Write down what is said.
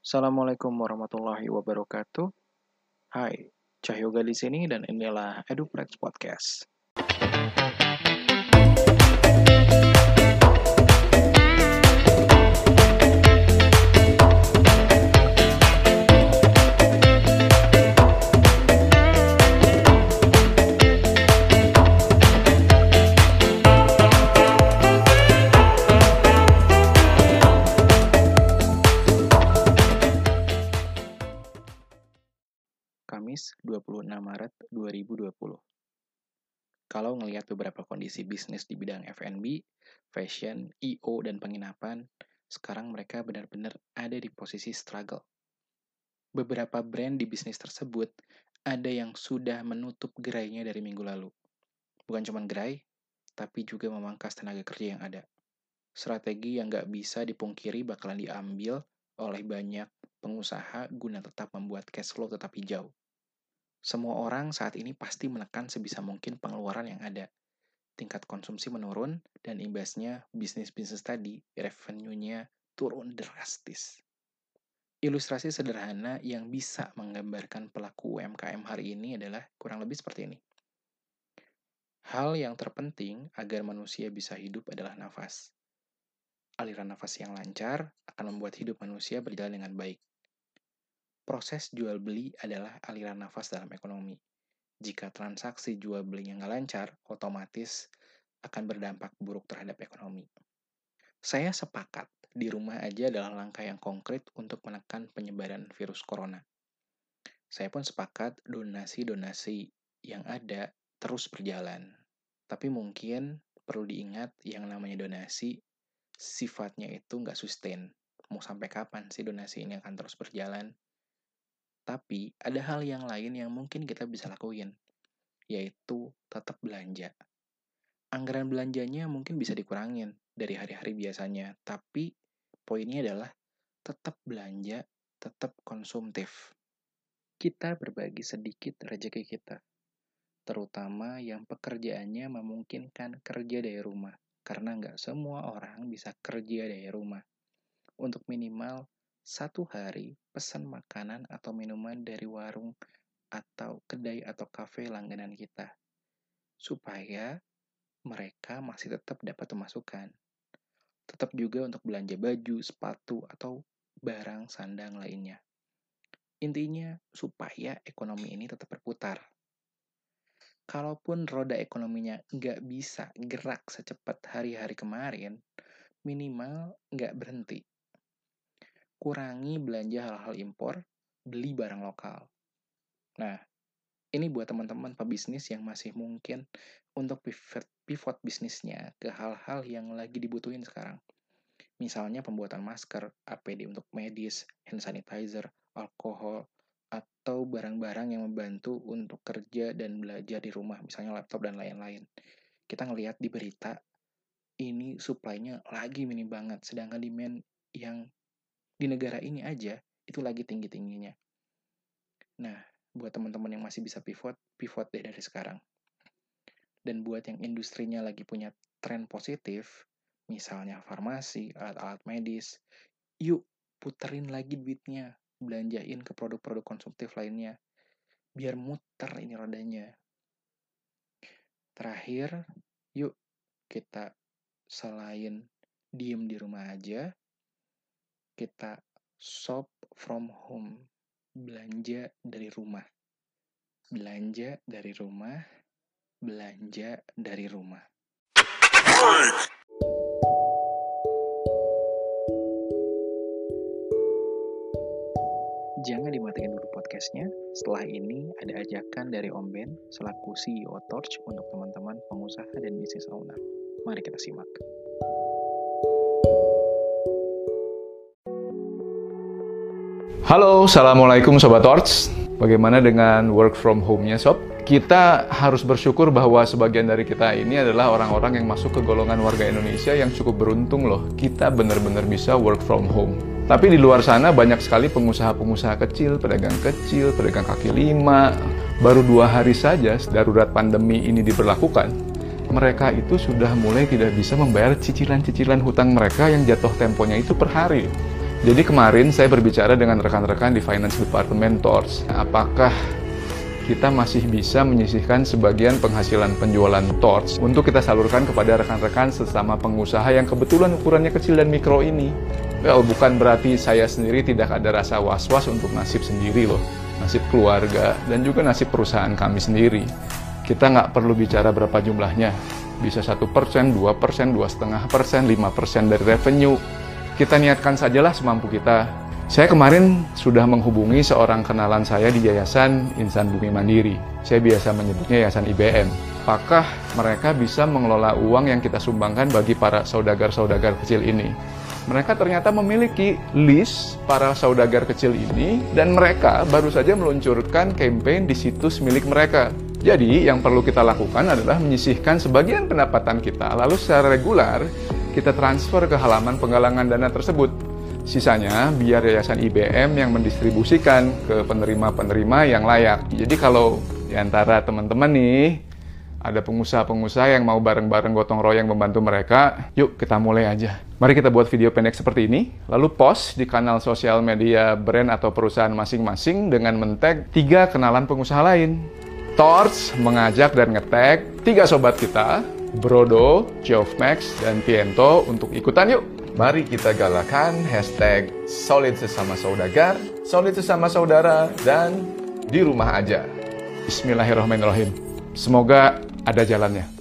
Assalamualaikum warahmatullahi wabarakatuh. Hai, Cahyoga di sini dan inilah EduPlex Podcast. Kamis 26 Maret 2020. Kalau ngelihat beberapa kondisi bisnis di bidang F&B, fashion, I.O., dan penginapan, sekarang mereka benar-benar ada di posisi struggle. Beberapa brand di bisnis tersebut ada yang sudah menutup gerainya dari minggu lalu. Bukan cuma gerai, tapi juga memangkas tenaga kerja yang ada. Strategi yang nggak bisa dipungkiri bakalan diambil oleh banyak pengusaha guna tetap membuat cash flow tetap hijau. Semua orang saat ini pasti menekan sebisa mungkin pengeluaran yang ada. Tingkat konsumsi menurun, dan imbasnya bisnis-bisnis tadi, revenue-nya turun drastis. Ilustrasi sederhana yang bisa menggambarkan pelaku UMKM hari ini adalah kurang lebih seperti ini. Hal yang terpenting agar manusia bisa hidup adalah nafas. Aliran nafas yang lancar akan membuat hidup manusia berjalan dengan baik. Proses jual beli adalah aliran nafas dalam ekonomi. Jika transaksi jual belinya nggak lancar, otomatis akan berdampak buruk terhadap ekonomi. Saya sepakat, di rumah aja adalah langkah yang konkret untuk menekan penyebaran virus corona. Saya pun sepakat donasi-donasi yang ada terus berjalan. Tapi mungkin perlu diingat yang namanya donasi, sifatnya itu nggak sustain. Mau sampai kapan sih donasi ini akan terus berjalan? Tapi ada hal yang lain yang mungkin kita bisa lakuin, yaitu tetap belanja. Anggaran belanjanya mungkin bisa dikurangin dari hari-hari biasanya, tapi poinnya adalah tetap belanja, tetap konsumtif. Kita berbagi sedikit rezeki kita, terutama yang pekerjaannya memungkinkan kerja dari rumah, karena nggak semua orang bisa kerja dari rumah. Untuk minimal 1 hari pesan makanan atau minuman dari warung atau kedai atau kafe langganan kita, supaya mereka masih tetap dapat pemasukan. Tetap juga untuk belanja baju, sepatu, atau barang sandang lainnya. Intinya, supaya ekonomi ini tetap berputar. Kalaupun roda ekonominya nggak bisa gerak secepat hari-hari kemarin, minimal nggak berhenti. Kurangi belanja hal-hal impor, beli barang lokal. Nah, ini buat teman-teman pebisnis yang masih mungkin untuk pivot bisnisnya ke hal-hal yang lagi dibutuhin sekarang. Misalnya pembuatan masker, APD untuk medis, hand sanitizer, alkohol, atau barang-barang yang membantu untuk kerja dan belajar di rumah, misalnya laptop dan lain-lain. Kita ngelihat di berita, ini supply-nya lagi minim banget, sedangkan demand yang di negara ini aja itu lagi tinggi-tingginya. Nah, buat teman-teman yang masih bisa pivot deh dari sekarang. Dan buat yang industrinya lagi punya tren positif, misalnya farmasi, alat-alat medis, yuk puterin lagi duitnya, belanjain ke produk-produk konsumtif lainnya, biar muter ini rodanya. Terakhir, yuk kita selain diem di rumah aja, kita shop from home, belanja dari rumah. Belanja dari rumah, belanja dari rumah. Jangan dimatiin dulu podcastnya. Setelah ini ada ajakan dari Om Ben selaku CEO Torch untuk teman-teman pengusaha dan bisnis owner. Mari kita simak. Halo, Assalamualaikum Sobat Torch. Bagaimana dengan work from home-nya Sob? Kita harus bersyukur bahwa sebagian dari kita ini adalah orang-orang yang masuk ke golongan warga Indonesia yang cukup beruntung loh. Kita benar-benar bisa work from home. Tapi di luar sana banyak sekali pengusaha-pengusaha kecil, pedagang kaki lima. Baru 2 hari saja darurat pandemi ini diberlakukan, mereka itu sudah mulai tidak bisa membayar cicilan-cicilan hutang mereka yang jatuh temponya itu per hari. Jadi kemarin saya berbicara dengan rekan-rekan di Finance Department Torch. Apakah kita masih bisa menyisihkan sebagian penghasilan penjualan Torch untuk kita salurkan kepada rekan-rekan sesama pengusaha yang kebetulan ukurannya kecil dan mikro ini? Well, bukan berarti saya sendiri tidak ada rasa was-was untuk nasib sendiri loh. Nasib keluarga dan juga nasib perusahaan kami sendiri. Kita nggak perlu bicara berapa jumlahnya. Bisa 1%, 2%, 2,5%, 5% dari revenue. Kita niatkan sajalah semampu kita. Saya kemarin sudah menghubungi seorang kenalan saya di Yayasan Insan Bumi Mandiri. Saya biasa menyebutnya Yayasan IBM. Apakah mereka bisa mengelola uang yang kita sumbangkan bagi para saudagar-saudagar kecil ini? Mereka ternyata memiliki list para saudagar kecil ini dan mereka baru saja meluncurkan campaign di situs milik mereka. Jadi, yang perlu kita lakukan adalah menyisihkan sebagian pendapatan kita, lalu secara regular kita transfer ke halaman penggalangan dana tersebut. Sisanya, biar Yayasan IBM yang mendistribusikan ke penerima-penerima yang layak. Jadi kalau di antara teman-teman nih, ada pengusaha-pengusaha yang mau bareng-bareng gotong royong membantu mereka, yuk kita mulai aja. Mari kita buat video pendek seperti ini, lalu post di kanal sosial media brand atau perusahaan masing-masing dengan men-tag 3 kenalan pengusaha lain. Torch mengajak dan nge-tag 3 sobat kita, Brodo, Geoffmax, dan Piento untuk ikutan yuk. Mari kita galakan hashtag solid sesama saudagar, solid sesama saudara, dan di rumah aja. Bismillahirrahmanirrahim. Semoga ada jalannya.